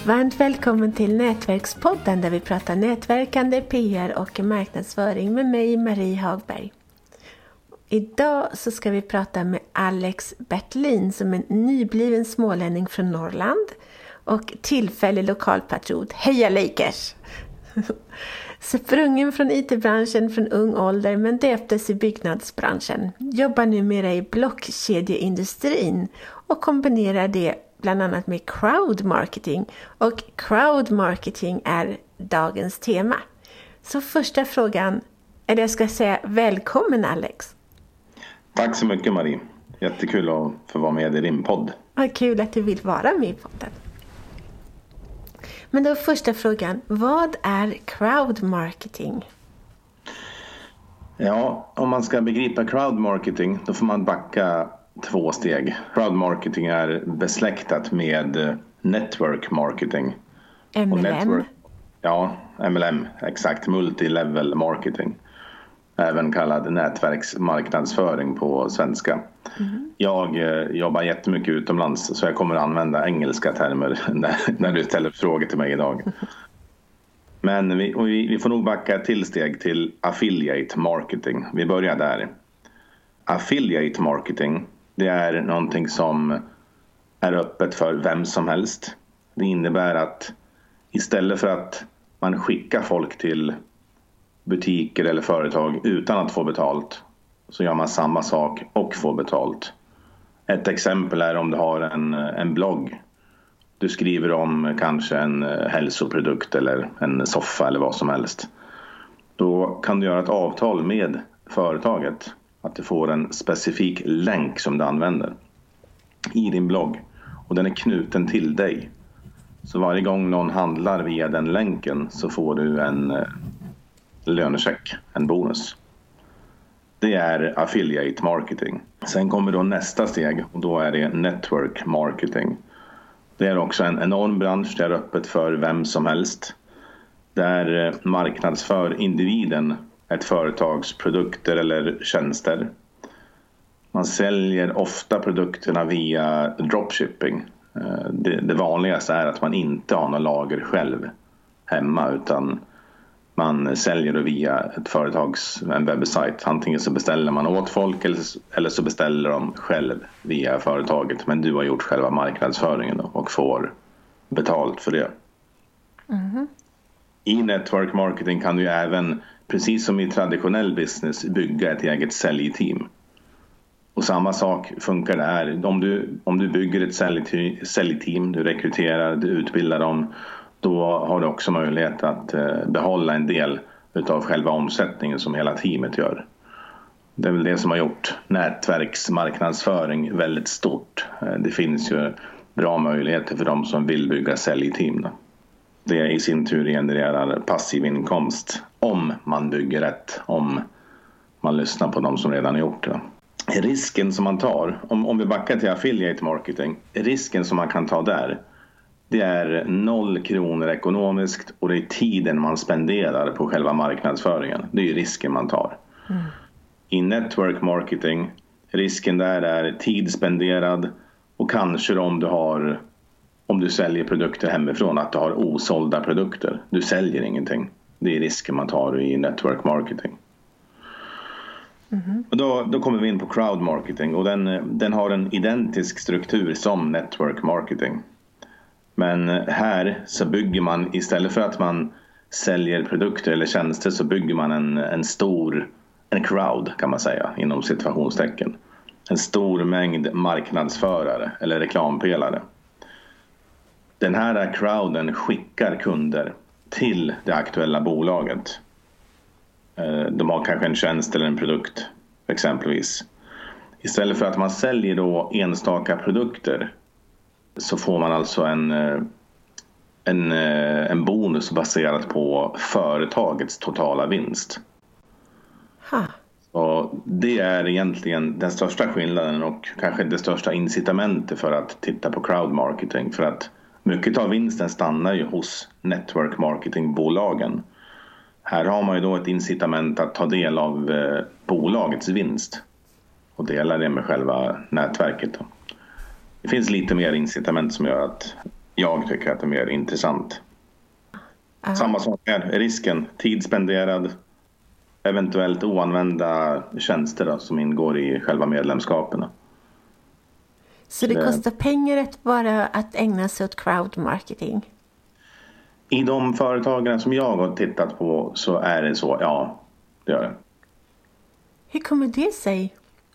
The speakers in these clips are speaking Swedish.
Varmt välkommen till Nätverkspodden där vi pratar nätverkande, PR och marknadsföring med mig, Marie Hagberg. Idag så ska vi prata med Alex Bertlin som är nybliven smålänning från Norrland och tillfällig lokalpatriot. Heja Lakers! Sprungen från IT-branschen från ung ålder men döptes i byggnadsbranschen. Jobbar numera i blockkedjeindustrin och kombinerar det bland annat med crowd marketing. Och crowd marketing är dagens tema. Så första frågan, eller jag ska säga välkommen Alex. Tack så mycket Marie. Jättekul att få vara med i din podd. Vad kul att du vill vara med i podden. Men då första frågan, vad är crowd marketing? Ja, om man ska begripa crowd marketing då får man backa 2 steg. Crowd marketing är besläktat med network marketing. MLM? Och network, ja, MLM, exakt. Multilevel marketing. Även kallad nätverksmarknadsföring på svenska. Mm. Jag jobbar jättemycket utomlands så jag kommer att använda engelska termer när du ställer frågor till mig idag. Men vi får nog backa ett till steg till affiliate marketing. Vi börjar där. Affiliate marketing, det är någonting som är öppet för vem som helst. Det innebär att istället för att man skickar folk till butiker eller företag utan att få betalt så gör man samma sak och får betalt. Ett exempel är om du har en blogg. Du skriver om kanske en hälsoprodukt eller en soffa eller vad som helst. Då kan du göra ett avtal med företaget att du får en specifik länk som du använder i din blogg. Och den är knuten till dig. Så varje gång någon handlar via den länken så får du en lönecheck, en bonus. Det är affiliate marketing. Sen kommer då nästa steg och då är det network marketing. Det är också en enorm bransch, det är öppet för vem som helst. Där marknadsför individen ett företags produkter eller tjänster. Man säljer ofta produkterna via dropshipping. Det vanligaste är att man inte har någon lager själv hemma utan man säljer det via ett företags webbsajt. Antingen så beställer man åt folk eller så beställer de själv via företaget. Men du har gjort själva marknadsföringen och får betalt för det. Mm-hmm. I network marketing kan du även, precis som i traditionell business, bygga ett eget säljteam. Och samma sak funkar där. Om du bygger ett säljteam, du rekryterar, du utbildar dem, då har du också möjlighet att behålla en del utav själva omsättningen som hela teamet gör. Det är väl det som har gjort nätverksmarknadsföring väldigt stort. Det finns ju bra möjligheter för de som vill bygga säljteam. Det i sin tur genererar passiv inkomst om man bygger rätt, om man lyssnar på de som redan har gjort det. Risken som man tar, om vi backar till affiliate marketing, risken som man kan ta där, det är 0 kronor ekonomiskt och det är tiden man spenderar på själva marknadsföringen. Det är ju risken man tar. Mm. I network marketing, risken där är tid spenderad och kanske om du säljer produkter hemifrån att du har osålda produkter. Du säljer ingenting. Det är risken man tar i network marketing. Mm-hmm. Och då kommer vi in på crowd marketing och den har en identisk struktur som network marketing. Men här så bygger man, istället för att man säljer produkter eller tjänster så bygger man en crowd kan man säga inom situationstecken. En stor mängd marknadsförare eller reklampelare. Den här crowden skickar kunder till det aktuella bolaget. De har kanske en tjänst eller en produkt exempelvis. Istället för att man säljer då enstaka produkter så får man alltså en bonus baserat på företagets totala vinst. Och det är egentligen den största skillnaden och kanske det största incitamentet för att titta på crowd marketing. För att mycket av vinsten stannar ju hos network marketingbolagen. Här har man ju då ett incitament att ta del av bolagets vinst och dela det med själva nätverket då. Det finns lite mer incitament som gör att jag tycker att det är mer intressant. Samma sak är risken, tid spenderad, eventuellt oanvända tjänster då, som ingår i själva medlemskaperna. Så det kostar pengar att bara att ägna sig åt crowd marketing? I de företagen som jag har tittat på så är det så, ja, det gör det. Hur kommer det sig?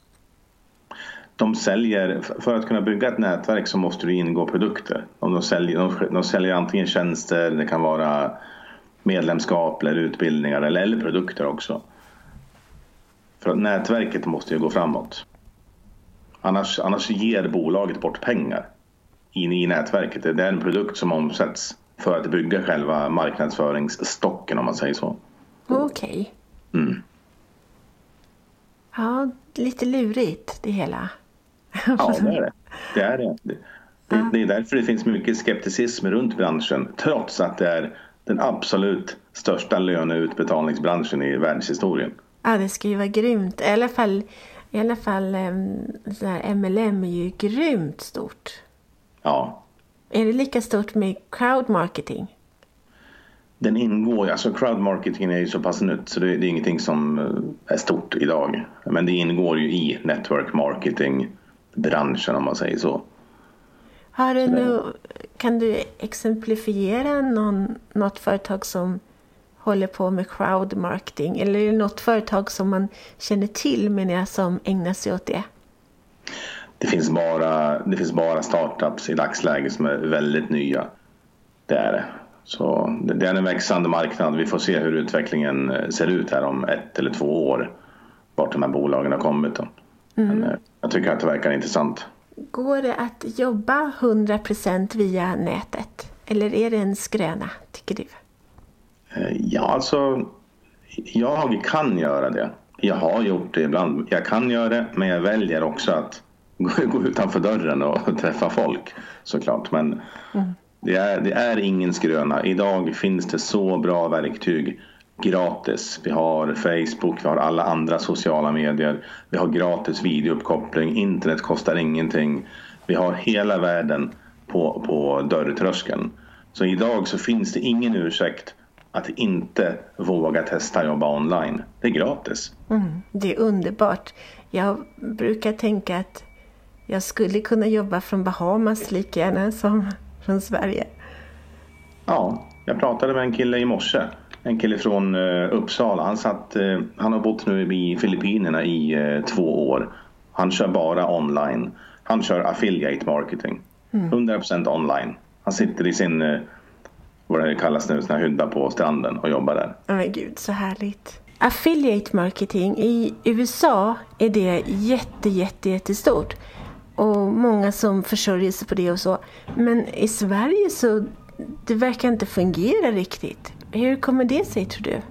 De säljer, för att kunna bygga ett nätverk så måste det ingå produkter. De säljer antingen tjänster, det kan vara medlemskap eller utbildningar eller produkter också. För att nätverket måste ju gå framåt. Annars ger bolaget bort pengar in i nätverket. Det är en produkt som omsätts för att bygga själva marknadsföringsstocken, om man säger så. Okej. Ja, lite lurigt det hela. Ja, det är det. Det är därför det finns mycket skepticism runt branschen, trots att det är den absolut största löneutbetalningsbranschen i världshistorien. Ja, det ska ju vara grymt. I alla fall så här, MLM är ju grymt stort. Ja. Är det lika stort med crowd marketing? Den ingår, alltså crowd marketing är ju så pass nytt så det är ingenting som är stort idag. Men det ingår ju i network marketing branschen, om man säger så. Kan du exemplifiera något företag som håller på med crowd marketing? Eller är det något företag som man känner till, menar jag, som ägnar sig åt det? Det finns bara startups i dagsläget som är väldigt nya. Det är det. Så det är en växande marknad. Vi får se hur utvecklingen ser ut här om 1 eller 2 år. Vart de här bolagen har kommit då. Men jag tycker att det verkar intressant. Går det att jobba 100% via nätet? Eller är det en skröna, tycker du? Ja, alltså jag kan göra det. Jag har gjort det ibland. Jag kan göra det, men jag väljer också att gå utanför dörren och träffa folk, såklart. Men det är ingen skröna. Idag finns det så bra verktyg gratis. Vi har Facebook, vi har alla andra sociala medier. Vi har gratis videouppkoppling. Internet kostar ingenting. Vi har hela världen på dörrtröskeln. Så idag så finns det ingen ursäkt att inte våga testa jobba online. Det är gratis. Det är underbart. Jag brukar tänka att jag skulle kunna jobba från Bahamas lika gärna som från Sverige. Ja, jag pratade med en kille i morse. En kille från Uppsala. Han har bott nu i Filippinerna i 2 år. Han kör bara online. Han kör affiliate marketing. 100% online. Han sitter i sin, vad det kallas nu, sån här hydda på stranden och jobbar där. Men gud, så härligt. Affiliate marketing i USA är det jättestort. Och många som försörjer sig på det och så. Men i Sverige så det verkar inte fungera riktigt. Hur kommer det sig, tror du?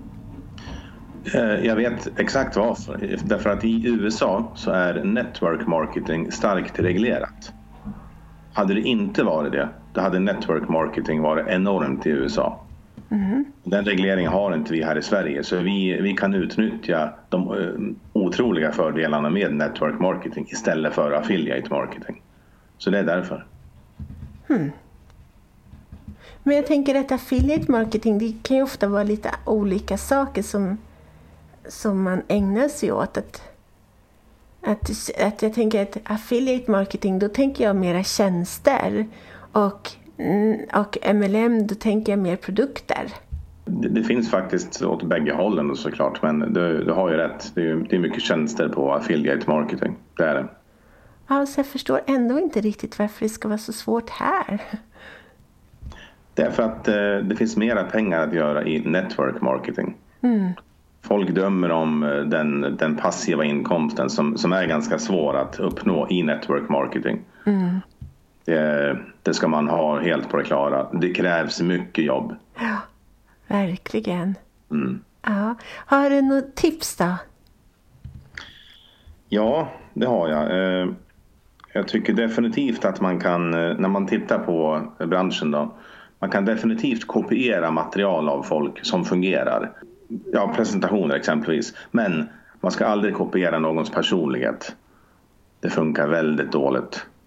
Jag vet exakt varför. Därför att i USA så är network marketing starkt reglerat. Hade det inte varit det, då hade network marketing varit enormt i USA. Den regleringen har inte vi här i Sverige. Så vi kan utnyttja de otroliga fördelarna med network marketing istället för affiliate marketing. Så det är därför. Men jag tänker att affiliate marketing, det kan ju ofta vara lite olika saker som man ägnar sig åt. Att jag tänker att affiliate marketing, då tänker jag mera tjänster. Och MLM, då tänker jag mer produkter. Det finns faktiskt åt bägge hållen såklart, men du har ju rätt. Det är mycket tjänster på affiliate marketing. Det är det. Ja, så jag förstår ändå inte riktigt varför det ska vara så svårt här. Det är för att det finns mera pengar att göra i network marketing. Folk dömer om den passiva inkomsten som är ganska svår att uppnå i network marketing. Det ska man ha helt på det klara. Det krävs mycket jobb. Ja, verkligen. Ja. Har du något tips då? Ja, det har jag. Jag tycker definitivt att man kan, när man tittar på branschen då, man kan definitivt kopiera material av folk som fungerar. Ja, presentationer exempelvis. Men man ska aldrig kopiera någons personlighet. Det funkar väldigt dåligt.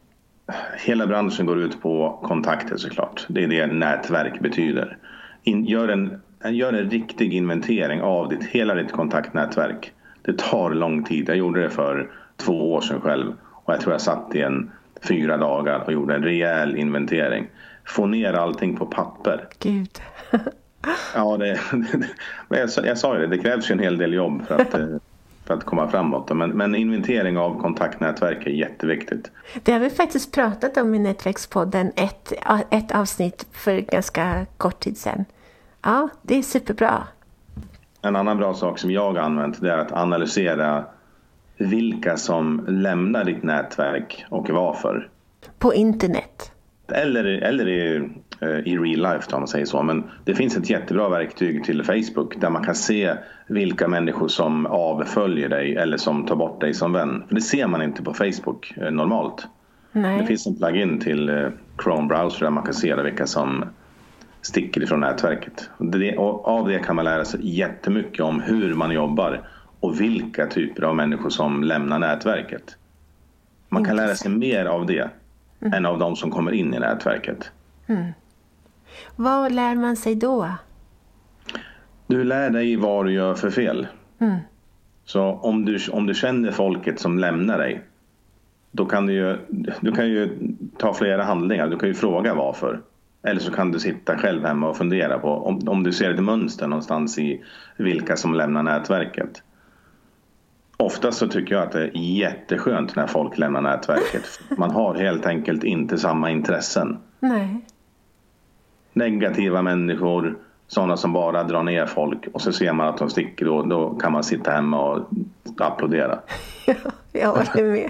hela branschen går ut på kontakter såklart. Det är det nätverk betyder. Gör en riktig inventering av hela ditt kontaktnätverk. Det tar lång tid. Jag gjorde det för 2 år sedan själv. Och jag tror jag satt i 4 dagar och gjorde en rejäl inventering. Få ner allting på papper. Gud. Ja, jag sa ju det krävs ju en hel del jobb för att komma framåt. Men inventering av kontaktnätverk är jätteviktigt. Det har vi faktiskt pratat om i Nätverkspodden ett avsnitt för ganska kort tid sedan. Ja, det är superbra. En annan bra sak som jag har använt, det är att analysera vilka som lämnar ditt nätverk och varför. På internet. Eller i real life om man säger så. Men det finns ett jättebra verktyg till Facebook där man kan se vilka människor som avföljer dig eller som tar bort dig som vän. För det ser man inte på Facebook normalt. Nej. Det finns en plugin till Chrome browser där man kan se vilka som sticker ifrån nätverket. Och av det kan man lära sig jättemycket om hur man jobbar och vilka typer av människor som lämnar nätverket. Man kan lära sig mer av det än av de som kommer in i nätverket. Vad lär man sig då? Du lär dig vad du gör för fel. Så om du känner folket som lämnar dig, då kan du kan ju ta flera handlingar. Du kan ju fråga varför. Eller så kan du sitta själv hemma och fundera på om du ser ett mönster någonstans i vilka som lämnar nätverket. Oftast så tycker jag att det är jätteskönt när folk lämnar nätverket. Man har helt enkelt inte samma intressen. Nej. Negativa människor, sådana som bara drar ner folk. Och så ser man att de sticker och då kan man sitta hemma och applådera. Ja, jag håller med.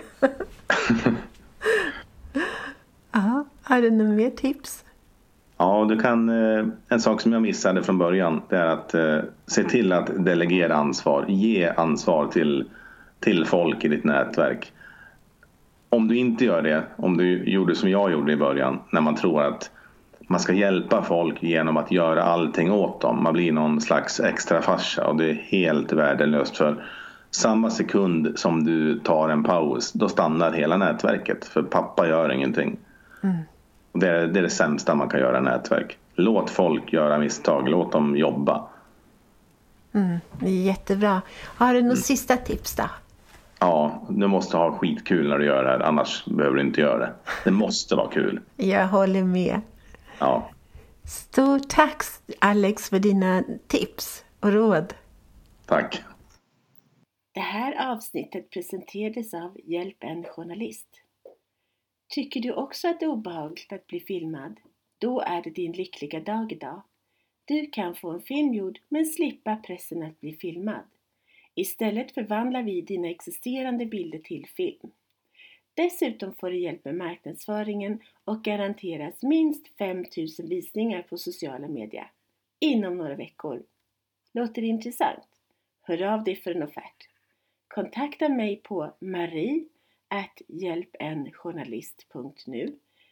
Ja, har du några mer tips? Ja, en sak som jag missade från början, det är att se till att delegera ansvar. Ge ansvar till folk i ditt nätverk. Om du inte gör det, om du gjorde som jag gjorde i början, när man tror att man ska hjälpa folk genom att göra allting åt dem. Man blir någon slags extra farsa och det är helt värdelöst, för samma sekund som du tar en paus, då stannar hela nätverket, för pappa gör ingenting. Det är det sämsta man kan göra i nätverk. Låt folk göra misstag, låt dem jobba. Det är jättebra. Har du några sista tips då? Ja, du måste ha skitkul när du gör det här, annars behöver du inte göra det. Det måste vara kul. Jag håller med. Ja. Stort tack Alex för dina tips och råd. Tack. Det här avsnittet presenterades av Hjälp en journalist. Tycker du också att det är obehagligt att bli filmad? Då är det din lyckliga dag idag. Du kan få en film gjord men slippa pressen att bli filmad. Istället förvandlar vi dina existerande bilder till film. Dessutom får du hjälp med marknadsföringen och garanteras minst 5 000 visningar på sociala medier inom några veckor. Låter det intressant? Hör av dig för en offert. Kontakta mig på marie@hjälpenjournalist.nu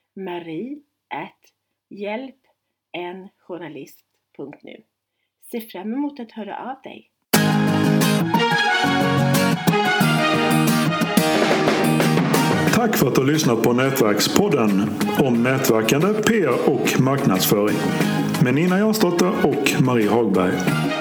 marie@hjälpenjournalist.nu. Se fram emot att höra av dig. Tack för att du har lyssnat på Nätverkspodden om nätverkande, PR och marknadsföring med Nina Jansdotter och Marie Hagberg.